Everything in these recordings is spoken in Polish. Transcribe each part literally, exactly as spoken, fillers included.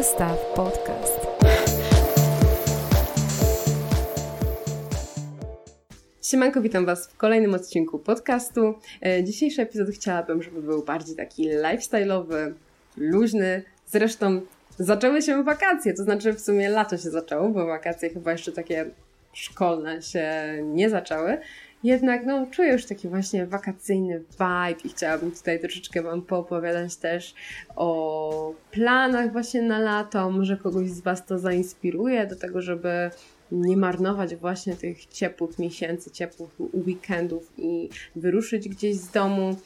Zestaw Podcast. Siemanko, witam Was w kolejnym odcinku podcastu. Dzisiejszy epizod chciałabym, żeby był bardziej taki lifestyle'owy, luźny. Zresztą zaczęły się wakacje, to znaczy w sumie lato się zaczęło, bo wakacje chyba jeszcze takie szkolne się nie zaczęły. Jednak no, czuję już taki właśnie wakacyjny vibe i chciałabym tutaj troszeczkę Wam poopowiadać też o planach właśnie na lato. Może kogoś z Was to zainspiruje do tego, żeby nie marnować właśnie tych ciepłych miesięcy, ciepłych weekendów i wyruszyć gdzieś z domu.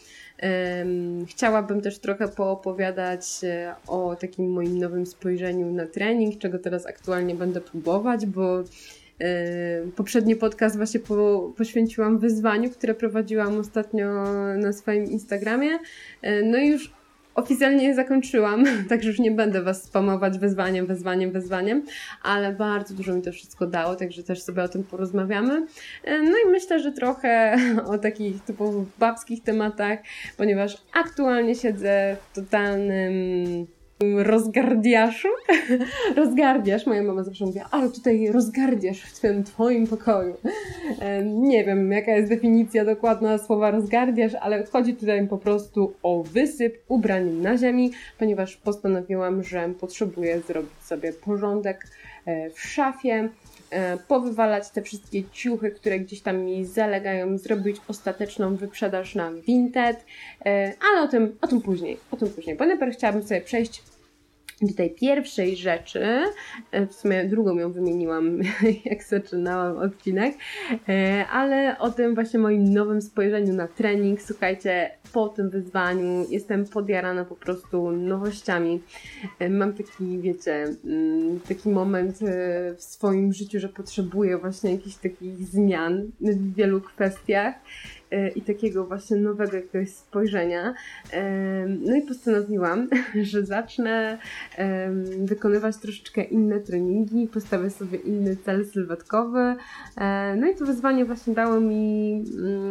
Chciałabym też trochę poopowiadać o takim moim nowym spojrzeniu na trening, czego teraz aktualnie będę próbować, bo poprzedni podcast właśnie po, poświęciłam wyzwaniu, które prowadziłam ostatnio na swoim Instagramie. No i już oficjalnie je zakończyłam, także już nie będę Was spamować wyzwaniem, wyzwaniem, wyzwaniem, ale bardzo dużo mi to wszystko dało, także też sobie o tym porozmawiamy. No i myślę, że trochę o takich typowo babskich tematach, ponieważ aktualnie siedzę w totalnym rozgardiaszu. Rozgardiasz, moja mama zawsze mówi, ale tutaj rozgardiasz w tym Twoim pokoju. Nie wiem, jaka jest definicja dokładna słowa rozgardiasz, ale chodzi tutaj po prostu o wysyp ubrań na ziemi, ponieważ postanowiłam, że potrzebuję zrobić sobie porządek w szafie, powywalać te wszystkie ciuchy, które gdzieś tam mi zalegają, zrobić ostateczną wyprzedaż na Vinted, ale o tym, o tym później, o tym później, bo najpierw chciałabym sobie przejść do tej pierwszej rzeczy, w sumie drugą ją wymieniłam, jak zaczynałam odcinek, ale o tym właśnie moim nowym spojrzeniu na trening. Słuchajcie, po tym wyzwaniu jestem podjarana po prostu nowościami. Mam taki, wiecie, taki moment w swoim życiu, że potrzebuję właśnie jakichś takich zmian w wielu kwestiach i takiego właśnie nowego jakiegoś spojrzenia. No i postanowiłam, że zacznę wykonywać troszeczkę inne treningi, postawię sobie inny cel sylwetkowy. No i to wyzwanie właśnie dało mi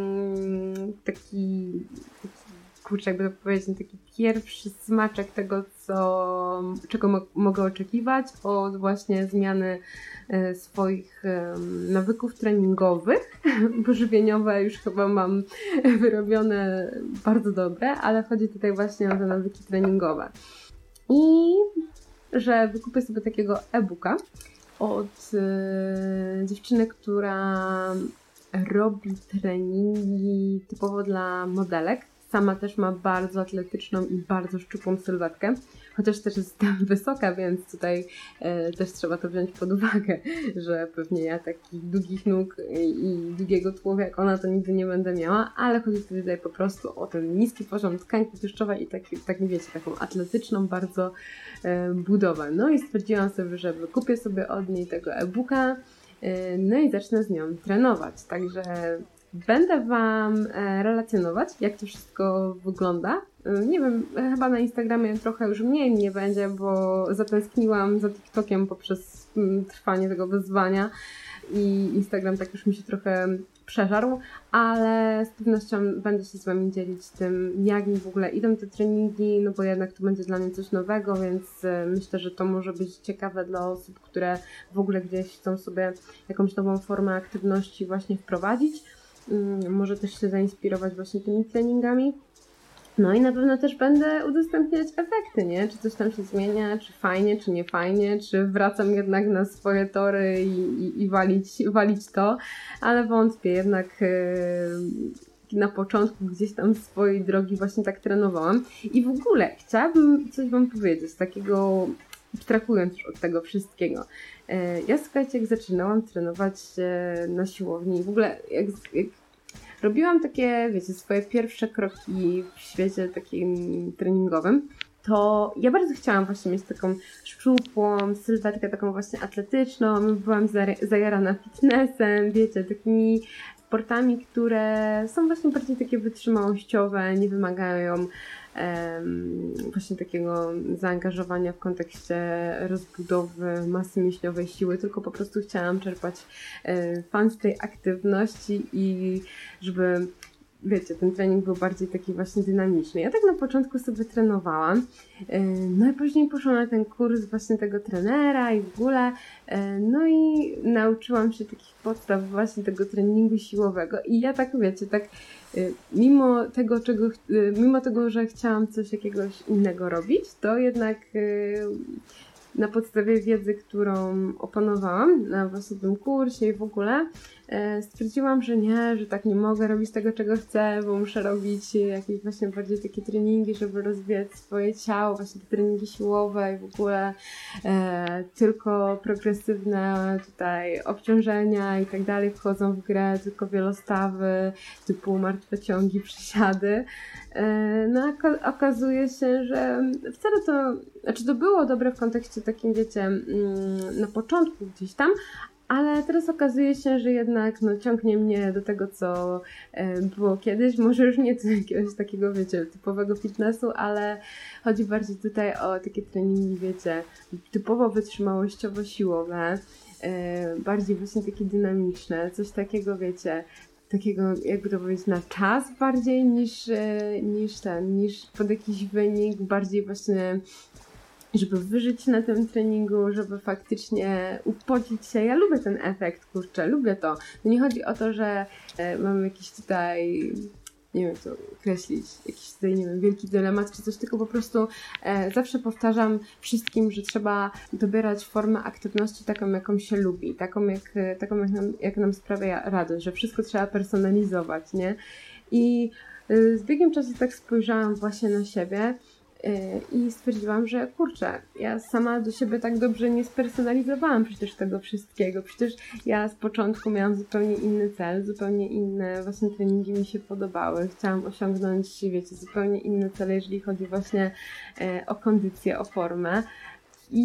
taki, taki kurczę, jakby to powiedzieć, taki pierwszy smaczek tego, co, czego mo- mogę oczekiwać od właśnie zmiany e, swoich e, nawyków treningowych, bo żywieniowe już chyba mam wyrobione bardzo dobre, ale chodzi tutaj właśnie o te nawyki treningowe. I że wykupię sobie takiego e-booka od e, dziewczyny, która robi treningi typowo dla modelek. Sama też ma bardzo atletyczną i bardzo szczupłą sylwetkę, chociaż też jest wysoka, więc tutaj e, też trzeba to wziąć pod uwagę, że pewnie ja takich długich nóg i, i długiego tułowia jak ona to nigdy nie będę miała, ale chodzi tutaj po prostu o ten niski poziom tkanki tłuszczowej i taki, tak wiecie, taką atletyczną bardzo e, budowę. No i stwierdziłam sobie, że wykupię sobie od niej tego e-booka, e, no i zacznę z nią trenować, także będę Wam relacjonować, jak to wszystko wygląda. Nie wiem, chyba na Instagramie trochę już mniej mnie będzie, bo zatęskniłam za TikTokiem poprzez trwanie tego wyzwania i Instagram tak już mi się trochę przeżarł, ale z pewnością będę się z Wami dzielić tym, jak mi w ogóle idą te treningi, no bo jednak to będzie dla mnie coś nowego, więc myślę, że to może być ciekawe dla osób, które w ogóle gdzieś chcą sobie jakąś nową formę aktywności właśnie wprowadzić. Może też się zainspirować właśnie tymi treningami. No i na pewno też będę udostępniać efekty, nie? Czy coś tam się zmienia, czy fajnie, czy nie fajnie, czy wracam jednak na swoje tory i, i, i walić, walić to, ale wątpię, jednak yy, na początku gdzieś tam swojej drogi właśnie tak trenowałam. I w ogóle chciałabym coś Wam powiedzieć, takiego abstrahując już od tego wszystkiego. Ja, słuchajcie, jak zaczynałam trenować na siłowni, w ogóle jak, jak robiłam takie, wiecie, swoje pierwsze kroki w świecie takim treningowym, to ja bardzo chciałam właśnie mieć taką szczupłą sylwetkę, taką właśnie atletyczną, byłam zajarana fitnessem, wiecie, takimi sportami, które są właśnie bardziej takie wytrzymałościowe, nie wymagają um, właśnie takiego zaangażowania w kontekście rozbudowy masy mięśniowej, siły, tylko po prostu chciałam czerpać um, fan z tej aktywności i żeby wiecie, ten trening był bardziej taki właśnie dynamiczny. Ja tak na początku sobie trenowałam, no i później poszłam na ten kurs właśnie tego trenera i w ogóle, no i nauczyłam się takich podstaw właśnie tego treningu siłowego i ja tak, wiecie, tak mimo tego, czego, mimo tego, że chciałam coś jakiegoś innego robić, to jednak na podstawie wiedzy, którą opanowałam na właśnie tym kursie i w ogóle, stwierdziłam, że nie, że tak nie mogę robić tego, czego chcę, bo muszę robić jakieś właśnie bardziej takie treningi, żeby rozwijać swoje ciało, właśnie te treningi siłowe i w ogóle e, tylko progresywne tutaj obciążenia i tak dalej wchodzą w grę, tylko wielostawy typu martwe ciągi, przysiady. E, no a okazuje się, że wcale to, znaczy to było dobre w kontekście takim, wiecie, mm, na początku gdzieś tam, ale teraz okazuje się, że jednak no, ciągnie mnie do tego, co e, było kiedyś. Może już nie do jakiegoś takiego, wiecie, typowego fitnessu, ale chodzi bardziej tutaj o takie treningi, wiecie, typowo wytrzymałościowo-siłowe, e, bardziej właśnie takie dynamiczne, coś takiego, wiecie, takiego, jakby to powiedzieć, na czas bardziej niż, e, niż ten, niż pod jakiś wynik, bardziej właśnie żeby wyżyć na tym treningu, żeby faktycznie upocić się. Ja lubię ten efekt, kurczę, lubię to. No nie chodzi o to, że e, mam jakiś tutaj, nie wiem co określić, jakiś tutaj, nie wiem, wielki dylemat czy coś, tylko po prostu e, zawsze powtarzam wszystkim, że trzeba dobierać formę aktywności taką, jaką się lubi, taką, jak, taką jak, nam, jak nam sprawia radość, że wszystko trzeba personalizować, nie? I e, z biegiem czasu tak spojrzałam właśnie na siebie i stwierdziłam, że kurczę, ja sama do siebie tak dobrze nie spersonalizowałam przecież tego wszystkiego. Przecież ja z początku miałam zupełnie inny cel, zupełnie inne właśnie treningi mi się podobały. Chciałam osiągnąć, wiecie, zupełnie inne cele, jeżeli chodzi właśnie o kondycję, o formę. I,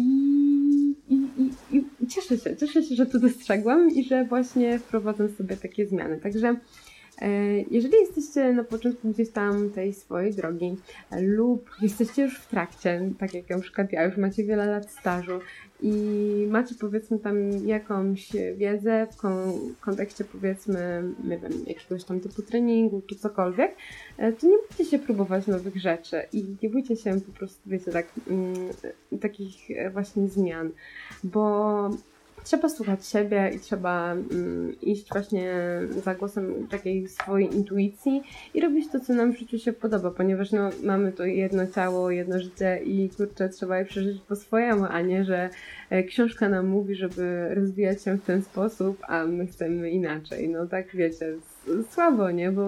i, i, i cieszę się, cieszę się, że to dostrzegłam i że właśnie wprowadzam sobie takie zmiany. Także jeżeli jesteście na początku gdzieś tam tej swojej drogi lub jesteście już w trakcie, tak jak na przykład ja, już macie wiele lat stażu i macie powiedzmy tam jakąś wiedzę w kontekście powiedzmy, nie wiem, jakiegoś tam typu treningu czy cokolwiek, to nie bójcie się próbować nowych rzeczy i nie bójcie się po prostu, wiecie, tak, mm, takich właśnie zmian, bo trzeba słuchać siebie i trzeba mm, iść właśnie za głosem takiej swojej intuicji i robić to, co nam w życiu się podoba, ponieważ no, mamy to jedno ciało, jedno życie i kurczę, trzeba je przeżyć po swojemu, a nie, że e, książka nam mówi, żeby rozwijać się w ten sposób, a my chcemy inaczej. No tak wiecie, s- słabo, nie? Bo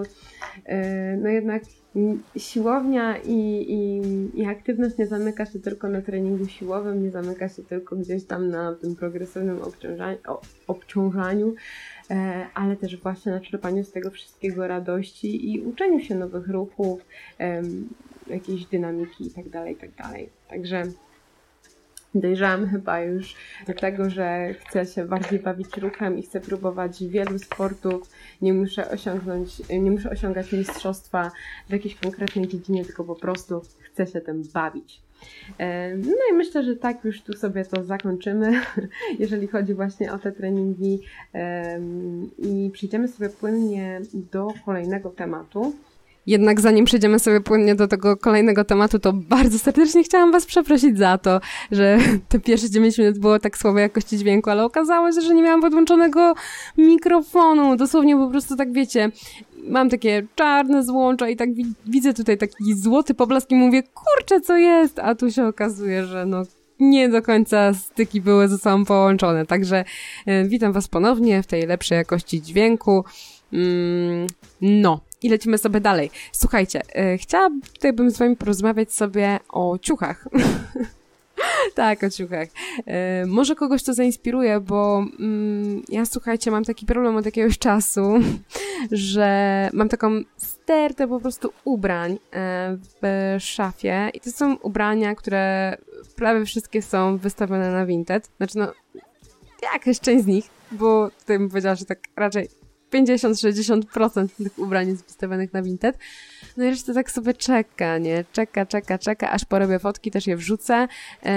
e, no jednak siłownia i, i, i aktywność nie zamyka się tylko na treningu siłowym, nie zamyka się tylko gdzieś tam na tym progresywnym obciążaniu, obciążaniu e, ale też właśnie na czerpaniu z tego wszystkiego radości i uczeniu się nowych ruchów, e, jakiejś dynamiki i tak dalej, i tak dalej. Także dojrzałam chyba już do tego, że chcę się bardziej bawić ruchem i chcę próbować wielu sportów. Nie muszę osiągnąć, nie muszę osiągać mistrzostwa w jakiejś konkretnej dziedzinie, tylko po prostu chcę się tym bawić. No i myślę, że tak już tu sobie to zakończymy, jeżeli chodzi właśnie o te treningi i przejdziemy sobie płynnie do kolejnego tematu. Jednak zanim przejdziemy sobie płynnie do tego kolejnego tematu, to bardzo serdecznie chciałam Was przeprosić za to, że te pierwsze dziewięć minut było tak słabej jakości dźwięku, ale okazało się, że nie miałam podłączonego mikrofonu. Dosłownie po prostu tak wiecie, mam takie czarne złącza i tak wi- widzę tutaj taki złoty poblask i mówię, kurczę, co jest? A tu się okazuje, że no nie do końca styki były ze sobą połączone. Także e, witam Was ponownie w tej lepszej jakości dźwięku. Mm, no. I lecimy sobie dalej. Słuchajcie, e, chciałabym tutaj bym z Wami porozmawiać sobie o ciuchach. Tak, o ciuchach. E, może kogoś to zainspiruje, bo mm, ja, słuchajcie, mam taki problem od jakiegoś czasu, że mam taką stertę po prostu ubrań e, w szafie i to są ubrania, które prawie wszystkie są wystawione na Vinted. Znaczy, no, jakaś część z nich, bo tutaj bym powiedziała, że tak raczej pięćdziesiąt do sześćdziesięciu procent tych ubrań jest wystawionych na Vinted. No i reszta tak sobie czeka, nie? Czeka, czeka, czeka, aż porobię fotki, też je wrzucę.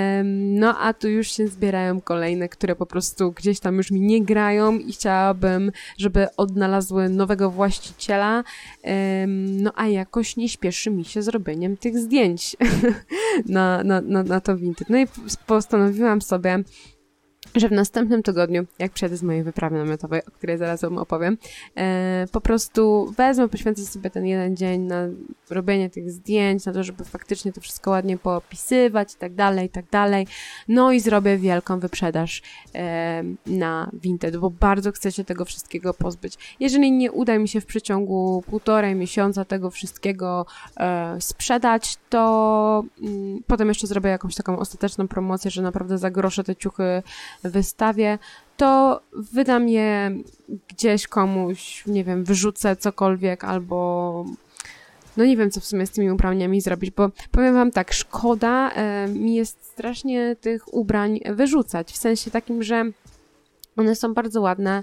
No a tu już się zbierają kolejne, które po prostu gdzieś tam już mi nie grają i chciałabym, żeby odnalazły nowego właściciela. No a jakoś nie śpieszy mi się zrobieniem tych zdjęć na, na, na, na to Vinted. No i postanowiłam sobie, że w następnym tygodniu, jak przyjadę z mojej wyprawy namiotowej, o której zaraz wam opowiem, e, po prostu wezmę, poświęcę sobie ten jeden dzień na robienie tych zdjęć, na to, żeby faktycznie to wszystko ładnie poopisywać i tak dalej, i tak dalej. No i zrobię wielką wyprzedaż e, na Vinted, bo bardzo chcę się tego wszystkiego pozbyć. Jeżeli nie uda mi się w przeciągu półtorej miesiąca tego wszystkiego e, sprzedać, to mm, potem jeszcze zrobię jakąś taką ostateczną promocję, że naprawdę za grosze te ciuchy wystawię, to wydam je gdzieś komuś, nie wiem, wyrzucę cokolwiek albo no nie wiem, co w sumie z tymi ubraniami zrobić, bo powiem wam tak, szkoda e, mi jest strasznie tych ubrań wyrzucać, w sensie takim, że one są bardzo ładne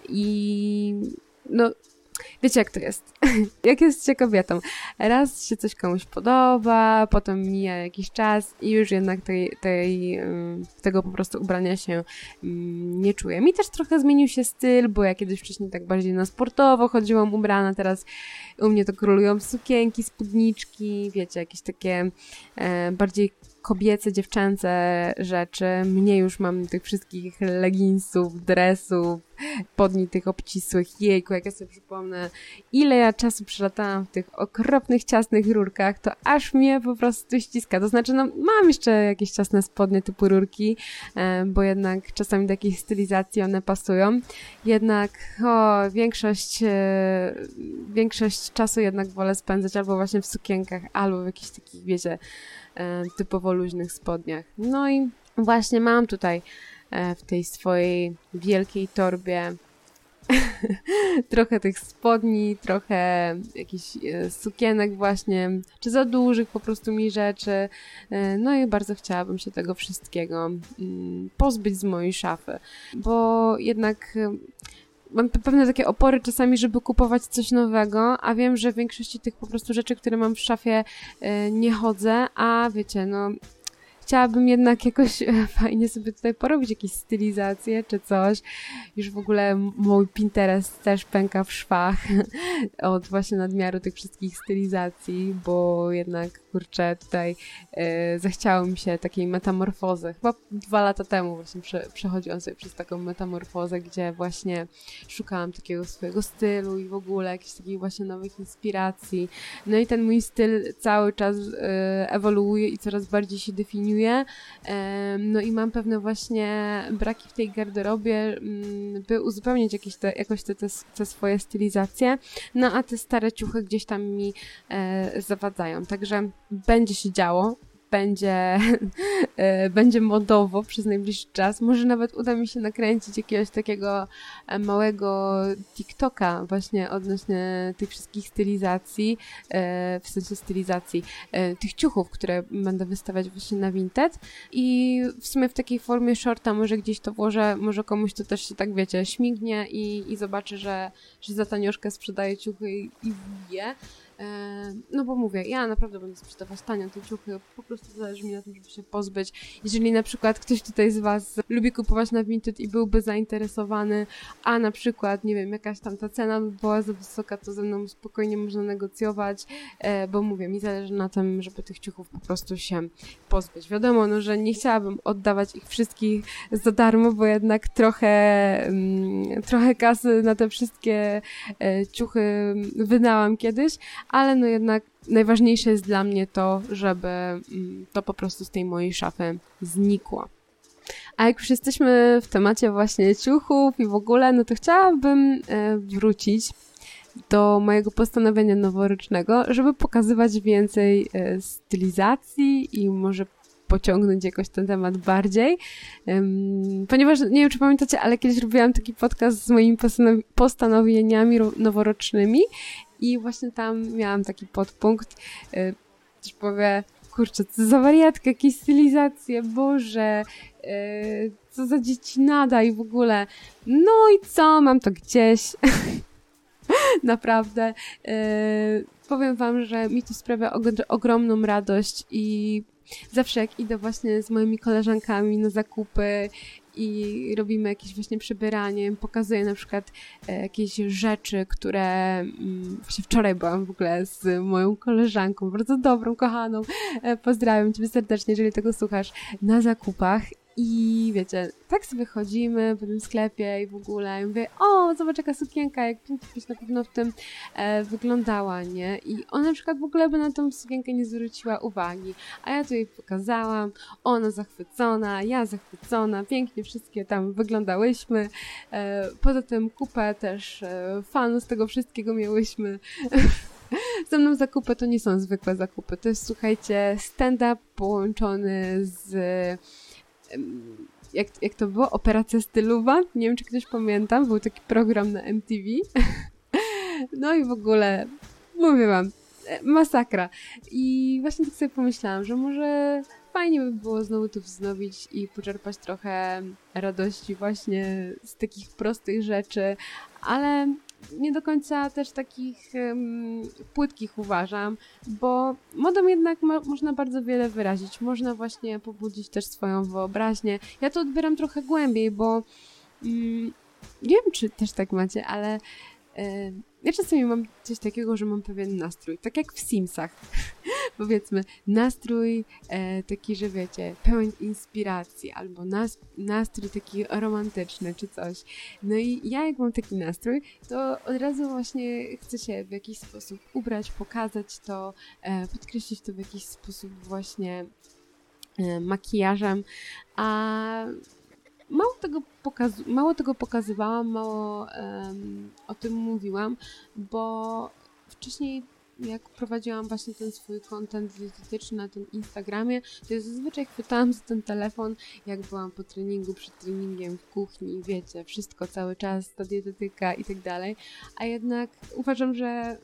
i no wiecie, jak to jest. Jak jest się kobietą. Raz się coś komuś podoba, potem mija jakiś czas i już jednak tej, tej, tego po prostu ubrania się nie czuję. Mi też trochę zmienił się styl, bo ja kiedyś wcześniej tak bardziej na sportowo chodziłam ubrana, teraz u mnie to królują sukienki, spódniczki, wiecie, jakieś takie e, bardziej kobiece, dziewczęce rzeczy. Mnie już mam tych wszystkich leginsów, dresów, spodni tych obcisłych. Jejku, jak ja sobie przypomnę, ile ja czasu przelatałam w tych okropnych, ciasnych rurkach, to aż mnie po prostu ściska. To znaczy, no mam jeszcze jakieś ciasne spodnie typu rurki, bo jednak czasami do jakiejś stylizacji one pasują. Jednak o, większość, większość czasu jednak wolę spędzać albo właśnie w sukienkach, albo w jakichś takich, wiecie, typowo luźnych spodniach. No i właśnie mam tutaj w tej swojej wielkiej torbie trochę tych spodni, trochę jakichś sukienek właśnie, czy za dużych po prostu mi rzeczy. No i bardzo chciałabym się tego wszystkiego pozbyć z mojej szafy, bo jednak mam pewne takie opory czasami, żeby kupować coś nowego, a wiem, że w większości tych po prostu rzeczy, które mam w szafie, nie chodzę, a wiecie, no chciałabym jednak jakoś fajnie sobie tutaj porobić jakieś stylizacje czy coś. Już w ogóle mój Pinterest też pęka w szwach od właśnie nadmiaru tych wszystkich stylizacji, bo jednak, kurczę, tutaj e, zachciało mi się takiej metamorfozy. Chyba dwa lata temu właśnie prze, przechodziłam sobie przez taką metamorfozę, gdzie właśnie szukałam takiego swojego stylu i w ogóle jakichś takich właśnie nowych inspiracji. No i ten mój styl cały czas e, ewoluuje i coraz bardziej się definiuje. No i mam pewne właśnie braki w tej garderobie, by uzupełnić jakieś te, jakoś te, te, te swoje stylizacje, no a te stare ciuchy gdzieś tam mi e, zawadzają, także będzie się działo. Będzie, będzie modowo przez najbliższy czas. Może nawet uda mi się nakręcić jakiegoś takiego małego TikToka właśnie odnośnie tych wszystkich stylizacji, w sensie stylizacji tych ciuchów, które będę wystawiać właśnie na Vinted i w sumie w takiej formie shorta może gdzieś to włożę, może komuś to też się tak, wiecie, śmignie i, i zobaczy, że, że za tanioszkę sprzedaje ciuchy i, i wbije. No bo mówię, ja naprawdę będę sprzedawać tanio te ciuchy, po prostu zależy mi na tym, żeby się pozbyć. Jeżeli na przykład ktoś tutaj z was lubi kupować na Vinted i byłby zainteresowany, a na przykład, nie wiem, jakaś tam ta cena by była za wysoka, to ze mną spokojnie można negocjować, bo mówię, mi zależy na tym, żeby tych ciuchów po prostu się pozbyć. Wiadomo, no, że nie chciałabym oddawać ich wszystkich za darmo, bo jednak trochę mm, trochę kasy na te wszystkie e, ciuchy wydałam kiedyś, ale no jednak najważniejsze jest dla mnie to, żeby to po prostu z tej mojej szafy znikło. A jak już jesteśmy w temacie właśnie ciuchów i w ogóle, no to chciałabym wrócić do mojego postanowienia noworocznego, żeby pokazywać więcej stylizacji i może pociągnąć jakoś ten temat bardziej, um, ponieważ nie wiem, czy pamiętacie, ale kiedyś robiłam taki podcast z moimi postanowi- postanowieniami noworocznymi i właśnie tam miałam taki podpunkt, y, też powie, kurczę, co za wariatka, jakie stylizacje, Boże, y, co za dziecinada i w ogóle, no i co, mam to gdzieś. Naprawdę. Yy, powiem wam, że mi to sprawia og- ogromną radość i zawsze jak idę właśnie z moimi koleżankami na zakupy i robimy jakieś właśnie przebieranie, pokazuję na przykład e, jakieś rzeczy, które mm, właśnie wczoraj byłam w ogóle z moją koleżanką, bardzo dobrą, kochaną, e, pozdrawiam cię serdecznie, jeżeli tego słuchasz, na zakupach. I wiecie, tak sobie chodzimy po tym sklepie i w ogóle i mówię, o, zobacz jaka sukienka, jak pięknie byś na pewno w tym e, wyglądała, nie? I ona na przykład w ogóle by na tą sukienkę nie zwróciła uwagi, a ja tu jej pokazałam, ona zachwycona, ja zachwycona, pięknie wszystkie tam wyglądałyśmy. E, poza tym kupę też e, fanów z tego wszystkiego miałyśmy. Ze mną zakupy to nie są zwykłe zakupy, to jest, słuchajcie, stand-up połączony z... Jak, jak to było? Operacja stylowa? Nie wiem, czy ktoś pamięta. Był taki program na M T V. No i w ogóle, mówię wam, masakra. I właśnie tak sobie pomyślałam, że może fajnie by było znowu to wznowić i poczerpać trochę radości właśnie z takich prostych rzeczy, ale nie do końca też takich um, płytkich uważam, bo modą jednak mo- można bardzo wiele wyrazić, można właśnie pobudzić też swoją wyobraźnię. Ja to odbieram trochę głębiej, bo um, nie wiem, czy też tak macie, ale y, ja czasami mam coś takiego, że mam pewien nastrój, tak jak w Simsach. Powiedzmy, nastrój e, taki, że wiecie, pełen inspiracji, albo nas, nastrój taki romantyczny, czy coś. No i ja jak mam taki nastrój, to od razu właśnie chcę się w jakiś sposób ubrać, pokazać to, e, podkreślić to w jakiś sposób właśnie e, makijażem, a mało tego, pokazu- mało tego pokazywałam, mało um, o tym mówiłam, bo wcześniej jak prowadziłam właśnie ten swój content dietetyczny na tym Instagramie, to ja zazwyczaj chwytałam za ten telefon, jak byłam po treningu, przed treningiem, w kuchni, wiecie, wszystko cały czas, ta dietetyka i tak dalej, a jednak uważam, że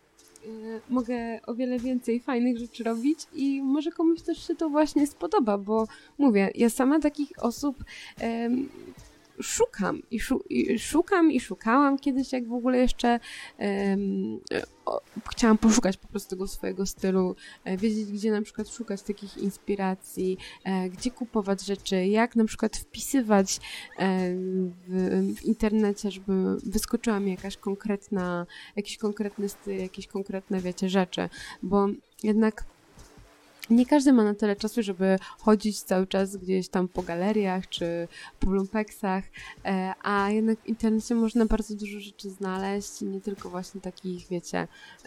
y, mogę o wiele więcej fajnych rzeczy robić i może komuś też się to właśnie spodoba, bo mówię, ja sama takich osób ym, szukam i, szu- i szukam i szukałam kiedyś, jak w ogóle jeszcze um, o, chciałam poszukać po prostu tego swojego stylu, e, wiedzieć, gdzie na przykład szukać takich inspiracji, e, gdzie kupować rzeczy, jak na przykład wpisywać e, w, w internecie, żeby wyskoczyła mi jakaś konkretna, jakiś konkretny styl, jakieś konkretne, wiecie, rzeczy, bo jednak nie każdy ma na tyle czasu, żeby chodzić cały czas gdzieś tam po galeriach czy po lumpeksach, a jednak w internecie można bardzo dużo rzeczy znaleźć, nie tylko właśnie takich, wiecie,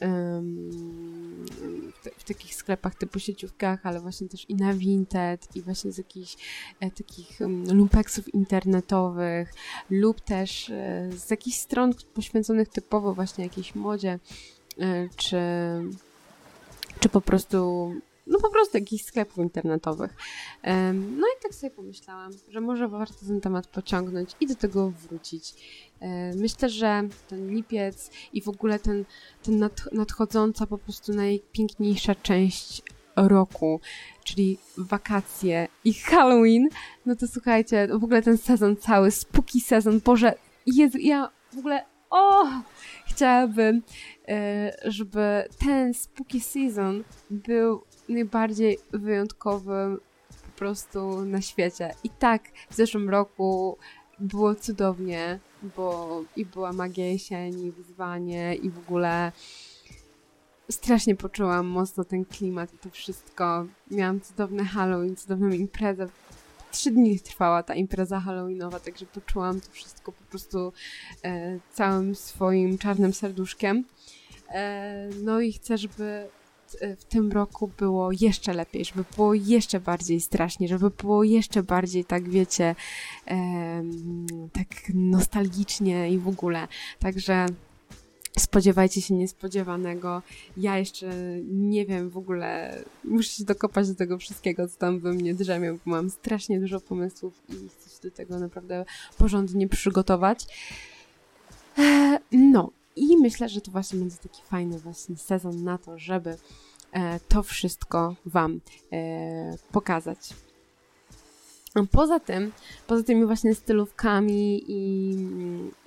w, te, w takich sklepach typu sieciówkach, ale właśnie też i na Vinted, i właśnie z jakichś takich lumpeksów internetowych lub też z jakichś stron poświęconych typowo właśnie jakiejś modzie, czy, czy po prostu no po prostu jakichś sklepów internetowych. Um, no i tak sobie pomyślałam, że może warto ten temat pociągnąć i do tego wrócić. Um, myślę, że ten lipiec i w ogóle ten, ten nad, nadchodząca po prostu najpiękniejsza część roku, czyli wakacje i Halloween, no to słuchajcie, w ogóle ten sezon cały, spooky sezon, Boże, Jezu, ja w ogóle o, chciałabym, żeby ten spooky season był najbardziej wyjątkowym po prostu na świecie. I tak w zeszłym roku było cudownie, bo i była magia jesieni, i wyzwanie, i w ogóle strasznie poczułam mocno ten klimat i to wszystko. Miałam cudowny Halloween, cudowną imprezę. Trzy dni trwała ta impreza halloweenowa, także poczułam to wszystko po prostu e, całym swoim czarnym serduszkiem. E, no i chcę, żeby w tym roku było jeszcze lepiej, żeby było jeszcze bardziej strasznie, żeby było jeszcze bardziej, tak wiecie, e, tak nostalgicznie i w ogóle. Także spodziewajcie się niespodziewanego. Ja jeszcze nie wiem w ogóle, muszę się dokopać do tego wszystkiego, co tam we mnie drzemie, bo mam strasznie dużo pomysłów i chcę się do tego naprawdę porządnie przygotować. E, no i myślę, że to właśnie będzie taki fajny właśnie sezon na to, żeby e, to wszystko wam e, pokazać. Poza tym, poza tymi właśnie stylówkami i,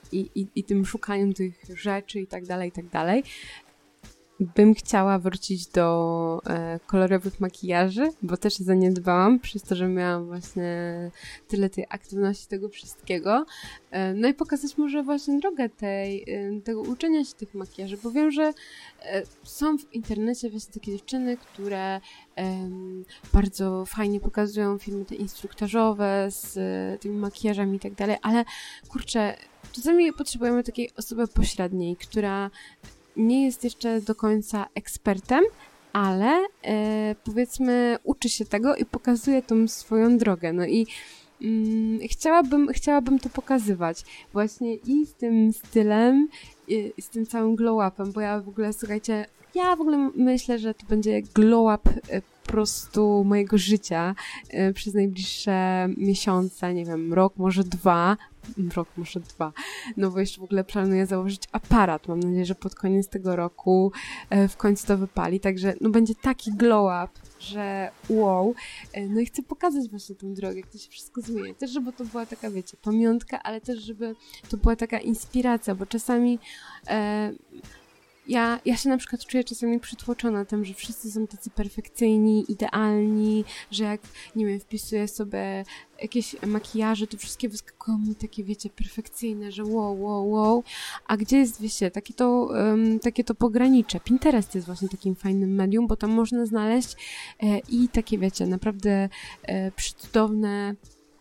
i, i, i tym szukaniem tych rzeczy i tak dalej, i tak dalej, bym chciała wrócić do e, kolorowych makijaży, bo też je zaniedbałam przez to, że miałam właśnie tyle tej aktywności, tego wszystkiego. E, no i pokazać może właśnie drogę tej, e, tego uczenia się tych makijaży, bo wiem, że e, są w internecie właśnie takie dziewczyny, które e, bardzo fajnie pokazują filmy te instruktażowe z e, tymi makijażami i tak dalej, ale kurczę, czasami potrzebujemy takiej osoby pośredniej, która nie jest jeszcze do końca ekspertem, ale e, powiedzmy uczy się tego i pokazuje tą swoją drogę. No i mm, chciałabym, chciałabym to pokazywać właśnie i z tym stylem, i z tym całym glow-upem, bo ja w ogóle, słuchajcie, ja w ogóle myślę, że to będzie glow-up e, po prostu mojego życia e, przez najbliższe miesiące, nie wiem, rok, może dwa, rok, może dwa, no bo jeszcze w ogóle planuję założyć aparat, mam nadzieję, że pod koniec tego roku e, w końcu to wypali, także no będzie taki glow-up, że wow, e, no i chcę pokazać właśnie tą drogę, jak to się wszystko zmienia, też żeby to była taka, wiecie, pamiątka, ale też żeby to była taka inspiracja, bo czasami e, Ja, ja się na przykład czuję czasami przytłoczona tym, że wszyscy są tacy perfekcyjni, idealni, że jak, nie wiem, wpisuję sobie jakieś makijaże, to wszystkie wyskakują mi takie, wiecie, perfekcyjne, że wow, wow, wow. A gdzie jest, wiecie, takie to, um, takie to pogranicze? Pinterest jest właśnie takim fajnym medium, bo tam można znaleźć e, i takie, wiecie, naprawdę e, przecudowne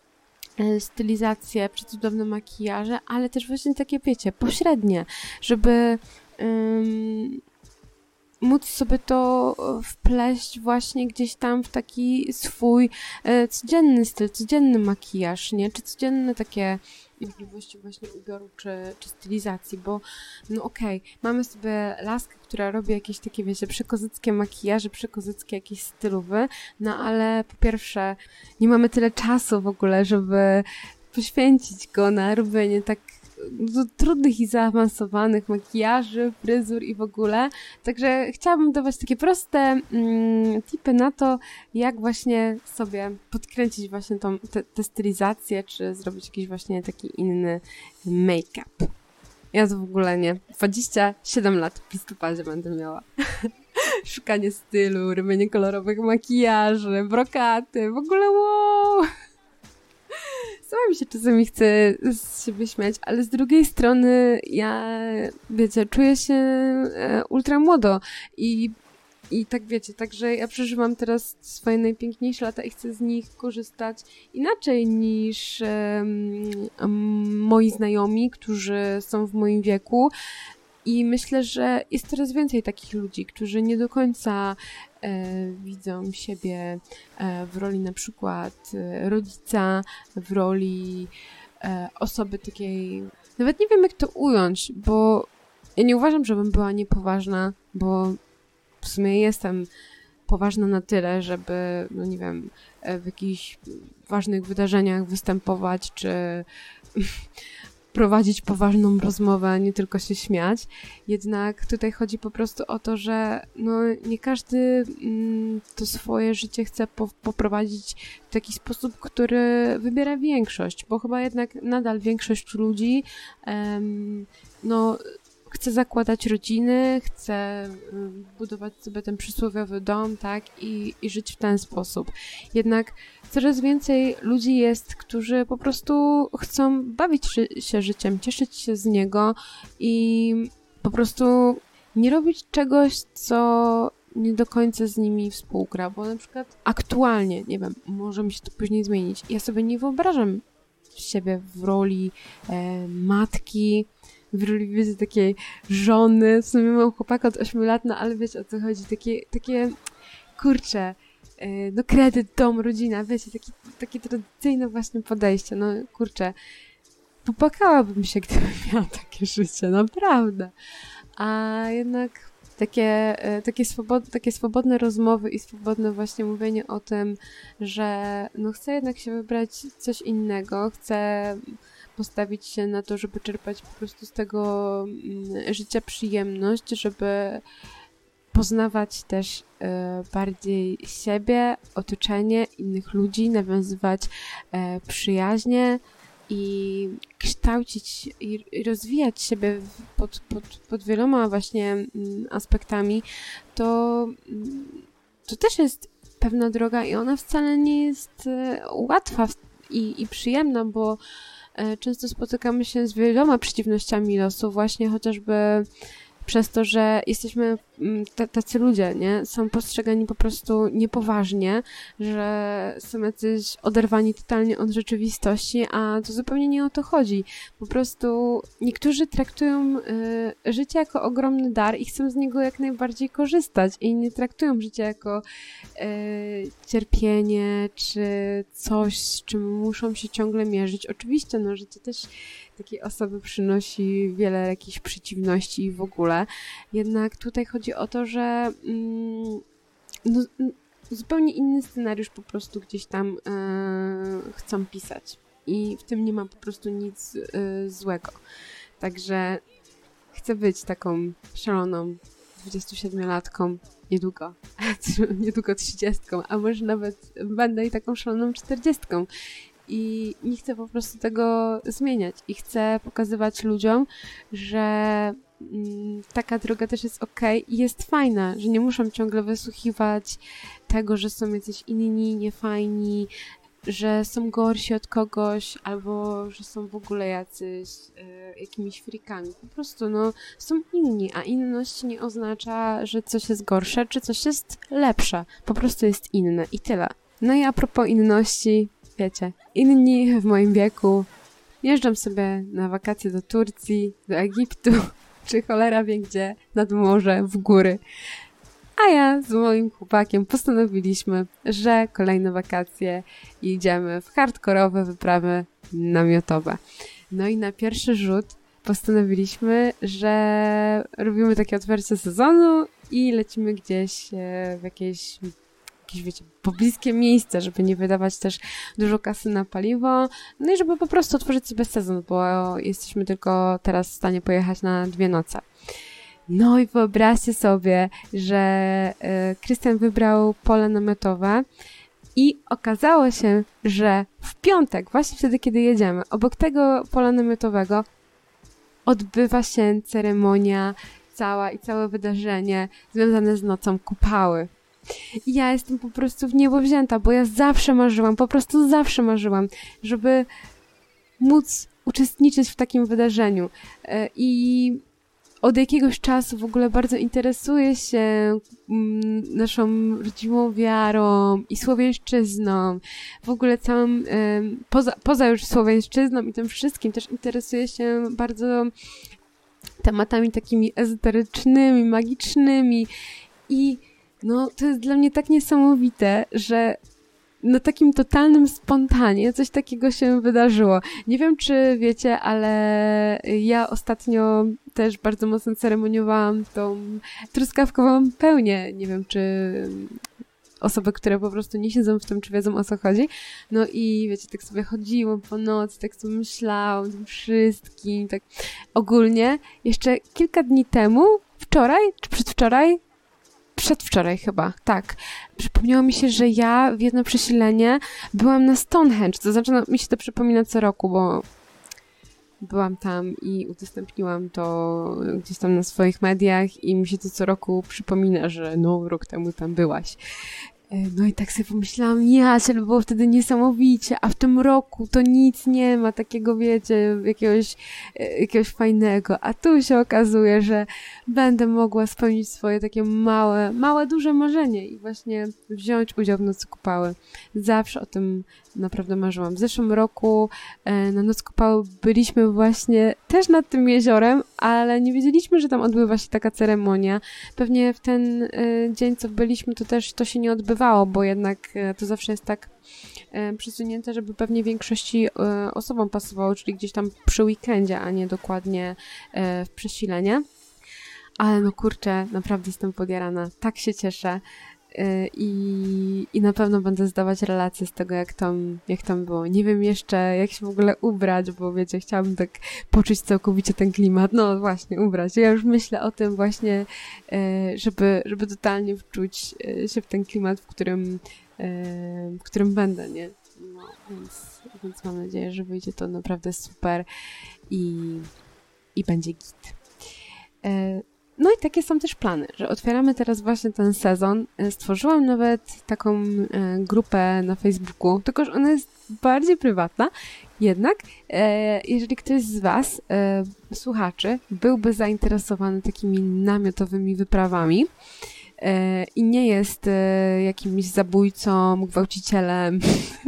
stylizacje, przecudowne makijaże, ale też właśnie takie, wiecie, pośrednie, żeby um, móc sobie to wpleść właśnie gdzieś tam w taki swój e, codzienny styl, codzienny makijaż, nie? Czy codzienne takie możliwości właśnie ubioru czy, czy stylizacji, bo no okej, okay, mamy sobie laskę, która robi jakieś takie, wiecie, przekozyckie makijaże, przekozyckie jakieś stylowe, no ale po pierwsze nie mamy tyle czasu w ogóle, żeby poświęcić go na robienie tak do trudnych i zaawansowanych makijaży, fryzur i w ogóle. Także chciałabym dawać takie proste mm, tipy na to, jak właśnie sobie podkręcić właśnie tą, te, te stylizację, czy zrobić jakiś właśnie taki inny make-up. Ja to w ogóle nie. dwadzieścia siedem lat w listopadzie będę miała. Szukanie stylu, robienie kolorowych makijaży, brokaty, w ogóle wow! Sama mi się czasami chce z siebie śmiać, ale z drugiej strony ja, wiecie, czuję się e, ultra młodo i, i tak wiecie, także ja przeżywam teraz swoje najpiękniejsze lata i chcę z nich korzystać inaczej niż e, m, moi znajomi, którzy są w moim wieku. I myślę, że jest coraz więcej takich ludzi, którzy nie do końca e, widzą siebie e, w roli na przykład e, rodzica, w roli e, osoby takiej... Nawet nie wiem, jak to ująć, bo ja nie uważam, żebym była niepoważna, bo w sumie jestem poważna na tyle, żeby, no nie wiem, w jakichś ważnych wydarzeniach występować, czy... prowadzić poważną rozmowę, a nie tylko się śmiać. Jednak tutaj chodzi po prostu o to, że no, nie każdy mm, to swoje życie chce po, poprowadzić w taki sposób, który wybiera większość, bo chyba jednak nadal większość ludzi em, no, chce zakładać rodziny, chce budować sobie ten przysłowiowy dom, tak, i, i żyć w ten sposób. Jednak coraz więcej ludzi jest, którzy po prostu chcą bawić się życiem, cieszyć się z niego i po prostu nie robić czegoś, co nie do końca z nimi współgra, bo na przykład aktualnie, nie wiem, może mi się to później zmienić, ja sobie nie wyobrażam siebie w roli e, matki, w roli, wiecie, takiej żony, w sumie mam chłopaka od ośmiu lat, no ale wiecie, o co chodzi, takie, takie kurcze, yy, no kredyt, dom, rodzina, wiecie, takie, takie tradycyjne właśnie podejście, no kurczę, popłakałabym się, gdybym miała takie życie, naprawdę, a jednak takie, yy, takie, swobod, takie swobodne rozmowy i swobodne właśnie mówienie o tym, że no chcę jednak się wybrać coś innego, chcę postawić się na to, żeby czerpać po prostu z tego mm, życia przyjemność, żeby poznawać też y, bardziej siebie, otoczenie, innych ludzi, nawiązywać y, przyjaźnie, i kształcić i rozwijać siebie pod, pod, pod wieloma właśnie aspektami, to, to też jest pewna droga i ona wcale nie jest łatwa i, i przyjemna, bo często spotykamy się z wieloma przeciwnościami losu, właśnie chociażby przez to, że jesteśmy t- tacy ludzie, nie? Są postrzegani po prostu niepoważnie, że są jacyś oderwani totalnie od rzeczywistości, a to zupełnie nie o to chodzi. Po prostu niektórzy traktują y, życie jako ogromny dar i chcą z niego jak najbardziej korzystać i nie traktują życia jako y, cierpienie czy coś, z czym muszą się ciągle mierzyć. Oczywiście, no, życie też takiej osoby przynosi wiele jakichś przeciwności i w ogóle. Jednak tutaj chodzi o to, że mm, no, zupełnie inny scenariusz po prostu gdzieś tam e, chcą pisać. I w tym nie ma po prostu nic e, złego. Także chcę być taką szaloną dwudziestosiedmiolatką niedługo, niedługo trzydziestką, a może nawet będę i taką szaloną czterdziestką. I nie chcę po prostu tego zmieniać. I chcę pokazywać ludziom, że mm, taka droga też jest okej i jest fajna, że nie muszą ciągle wysłuchiwać tego, że są jacyś inni, niefajni, że są gorsi od kogoś, albo że są w ogóle jacyś y, jakimiś frikami. Po prostu, no, są inni, a inność nie oznacza, że coś jest gorsze, czy coś jest lepsze. Po prostu jest inne i tyle. No i a propos inności, wiecie, inni w moim wieku jeżdżą sobie na wakacje do Turcji, do Egiptu, czy cholera wie gdzie, nad morze, w góry. A ja z moim chłopakiem postanowiliśmy, że kolejne wakacje idziemy w hardkorowe wyprawy namiotowe. No i na pierwszy rzut postanowiliśmy, że robimy takie otwarcie sezonu i lecimy gdzieś w jakieś jakieś, wiecie, pobliskie miejsce, żeby nie wydawać też dużo kasy na paliwo, no i żeby po prostu otworzyć sobie sezon, bo jesteśmy tylko teraz w stanie pojechać na dwie noce. No i wyobraźcie sobie, że Krystian wybrał pole namiotowe i okazało się, że w piątek, właśnie wtedy, kiedy jedziemy, obok tego pola namiotowego odbywa się ceremonia cała i całe wydarzenie związane z nocą Kupały. I ja jestem po prostu w niebo wzięta, bo ja zawsze marzyłam, po prostu zawsze marzyłam, żeby móc uczestniczyć w takim wydarzeniu. I od jakiegoś czasu w ogóle bardzo interesuję się naszą rodzimą wiarą i słowiańszczyzną. W ogóle całym, poza, poza już słowiańszczyzną i tym wszystkim, też interesuję się bardzo tematami takimi ezoterycznymi, magicznymi i no, to jest dla mnie tak niesamowite, że na takim totalnym spontanie coś takiego się wydarzyło. Nie wiem, czy wiecie, ale ja ostatnio też bardzo mocno ceremoniowałam tą truskawkową pełnię. Nie wiem, czy osoby, które po prostu nie siedzą w tym, czy wiedzą, o co chodzi. No i wiecie, tak sobie chodziłam po nocy, tak sobie myślałam o tym wszystkim. Tak ogólnie jeszcze kilka dni temu, wczoraj, czy przedwczoraj, Przedwczoraj chyba, tak. Przypomniało mi się, że ja w jedno przesilenie byłam na Stonehenge. To znaczy, no, mi się to przypomina co roku, bo byłam tam i udostępniłam to gdzieś tam na swoich mediach i mi się to co roku przypomina, że no, rok temu tam byłaś. No i tak sobie pomyślałam, ja, ale było wtedy niesamowicie, a w tym roku to nic nie ma takiego, wiecie, jakiegoś, jakiegoś fajnego, a tu się okazuje, że będę mogła spełnić swoje takie małe, małe, duże marzenie i właśnie wziąć udział w Nocy Kupały. Zawsze o tym naprawdę marzyłam. W zeszłym roku e, na Noc Kupały byliśmy właśnie też nad tym jeziorem, ale nie wiedzieliśmy, że tam odbywa się taka ceremonia. Pewnie w ten e, dzień, co byliśmy, to też to się nie odbywało, bo jednak e, to zawsze jest tak e, przesunięte, żeby pewnie większości e, osobom pasowało, czyli gdzieś tam przy weekendzie, a nie dokładnie e, w przesilenie. Ale no kurczę, naprawdę jestem podjarana. Tak się cieszę. I, i na pewno będę zdawać relacje z tego, jak tam, jak tam było. Nie wiem jeszcze, jak się w ogóle ubrać, bo wiecie, chciałabym tak poczuć całkowicie ten klimat. No właśnie, ubrać. Ja już myślę o tym właśnie, żeby, żeby totalnie wczuć się w ten klimat, w którym, w którym będę, nie? No, więc, więc mam nadzieję, że wyjdzie to naprawdę super i, i będzie git. E, No i takie są też plany, że otwieramy teraz właśnie ten sezon. Stworzyłam nawet taką e, grupę na Facebooku, tylko że ona jest bardziej prywatna. Jednak, e, jeżeli ktoś z Was, e, słuchaczy, byłby zainteresowany takimi namiotowymi wyprawami e, i nie jest e, jakimś zabójcą, gwałcicielem,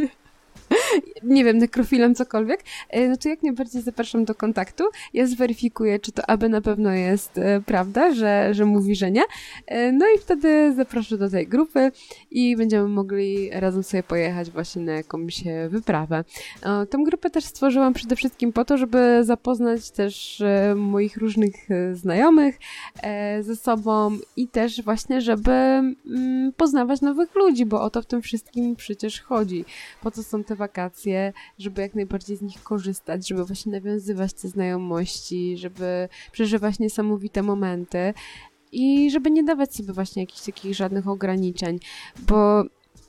nie wiem, nekrofilem, cokolwiek, no to jak najbardziej zapraszam do kontaktu. Ja zweryfikuję, czy to aby na pewno jest e, prawda, że, że mówi, że nie. E, no i wtedy zaproszę do tej grupy i będziemy mogli razem sobie pojechać właśnie na jakąś wyprawę. E, tę grupę też stworzyłam przede wszystkim po to, żeby zapoznać też e, moich różnych e, znajomych e, ze sobą i też właśnie, żeby mm, poznawać nowych ludzi, bo o to w tym wszystkim przecież chodzi. Po co są te wakacje? Żeby jak najbardziej z nich korzystać, żeby właśnie nawiązywać te znajomości, żeby przeżywać niesamowite momenty i żeby nie dawać sobie właśnie jakichś takich żadnych ograniczeń, bo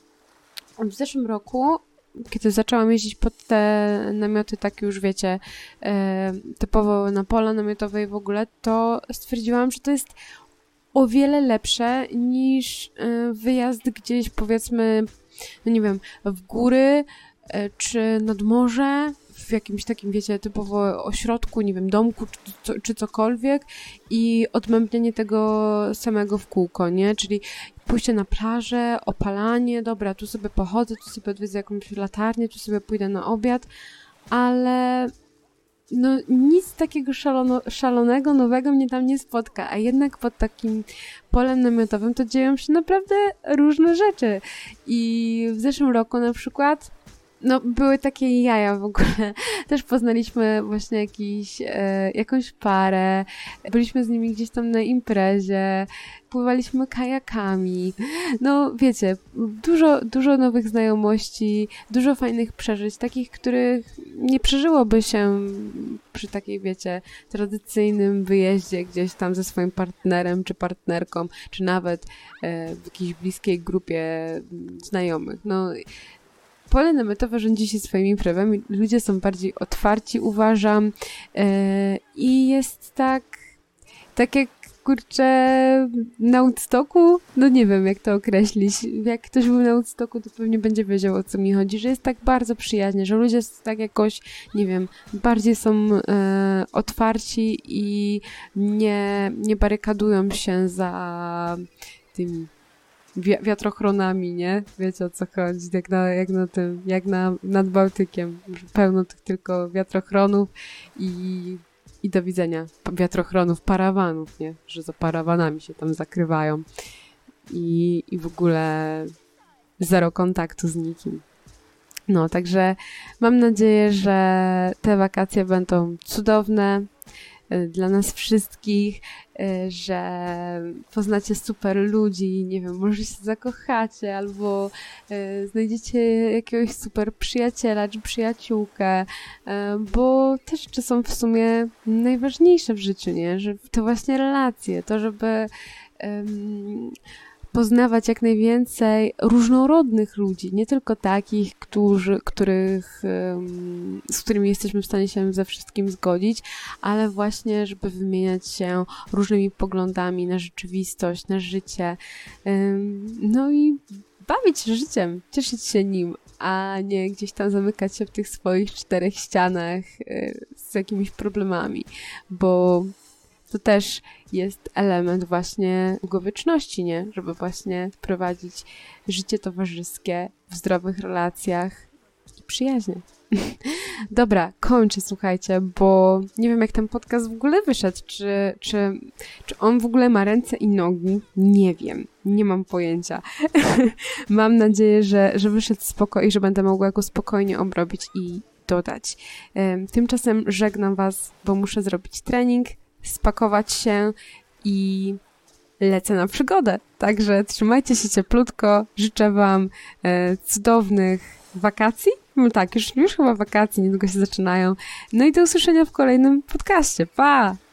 w zeszłym roku, kiedy zaczęłam jeździć pod te namioty, tak już wiecie, e, typowo na pola namiotowe i w ogóle, to stwierdziłam, że to jest o wiele lepsze niż e, wyjazd gdzieś, powiedzmy, no nie wiem, w góry, czy nad morze, w jakimś takim, wiecie, typowo ośrodku, nie wiem, domku, czy, czy cokolwiek i odmębnienie tego samego w kółko, nie? Czyli pójście na plażę, opalanie, dobra, tu sobie pochodzę, tu sobie odwiedzę jakąś latarnię, tu sobie pójdę na obiad, ale no nic takiego szalono, szalonego, nowego mnie tam nie spotka, a jednak pod takim polem namiotowym to dzieją się naprawdę różne rzeczy. I w zeszłym roku na przykład no, były takie jaja w ogóle. Też poznaliśmy właśnie jakiś, e, jakąś parę, byliśmy z nimi gdzieś tam na imprezie, pływaliśmy kajakami. No, wiecie, dużo, dużo nowych znajomości, dużo fajnych przeżyć, takich, których nie przeżyłoby się przy takiej, wiecie, tradycyjnym wyjeździe gdzieś tam ze swoim partnerem czy partnerką, czy nawet e, w jakiejś bliskiej grupie znajomych. No, pole namiotowe rządzi się swoimi prawami, ludzie są bardziej otwarci, uważam, yy, i jest tak, tak jak, kurczę, na Woodstocku, no nie wiem jak to określić, jak ktoś był na Woodstocku, to pewnie będzie wiedział, o co mi chodzi, że jest tak bardzo przyjaźnie, że ludzie tak jakoś, nie wiem, bardziej są yy, otwarci i nie, nie barykadują się za tymi wiatrochronami, nie? Wiecie, o co chodzi, jak na, jak na tym, jak na, nad Bałtykiem. Pełno tych tylko wiatrochronów i, i do widzenia. Wiatrochronów, parawanów, nie? Że za parawanami się tam zakrywają. I, i w ogóle zero kontaktu z nikim. No, także mam nadzieję, że te wakacje będą cudowne dla nas wszystkich, że poznacie super ludzi, nie wiem, może się zakochacie, albo znajdziecie jakiegoś super przyjaciela czy przyjaciółkę, bo te rzeczy są w sumie najważniejsze w życiu, nie? Że to właśnie relacje, to żeby um, poznawać jak najwięcej różnorodnych ludzi, nie tylko takich, którzy, których, z którymi jesteśmy w stanie się ze wszystkim zgodzić, ale właśnie, żeby wymieniać się różnymi poglądami na rzeczywistość, na życie, no i bawić się życiem, cieszyć się nim, a nie gdzieś tam zamykać się w tych swoich czterech ścianach z jakimiś problemami, bo to też jest element właśnie długowieczności, nie? Żeby właśnie prowadzić życie towarzyskie w zdrowych relacjach i przyjaźnie. Dobra, kończę, słuchajcie, bo nie wiem, jak ten podcast w ogóle wyszedł, czy, czy, czy on w ogóle ma ręce i nogi? Nie wiem, nie mam pojęcia. Mam nadzieję, że, że wyszedł spoko i że będę mogła go spokojnie obrobić i dodać. Tymczasem żegnam Was, bo muszę zrobić trening, spakować się i lecę na przygodę. Także trzymajcie się cieplutko. Życzę Wam e, cudownych wakacji. No tak, już, już chyba wakacje niedługo się zaczynają. No i do usłyszenia w kolejnym podcaście. Pa!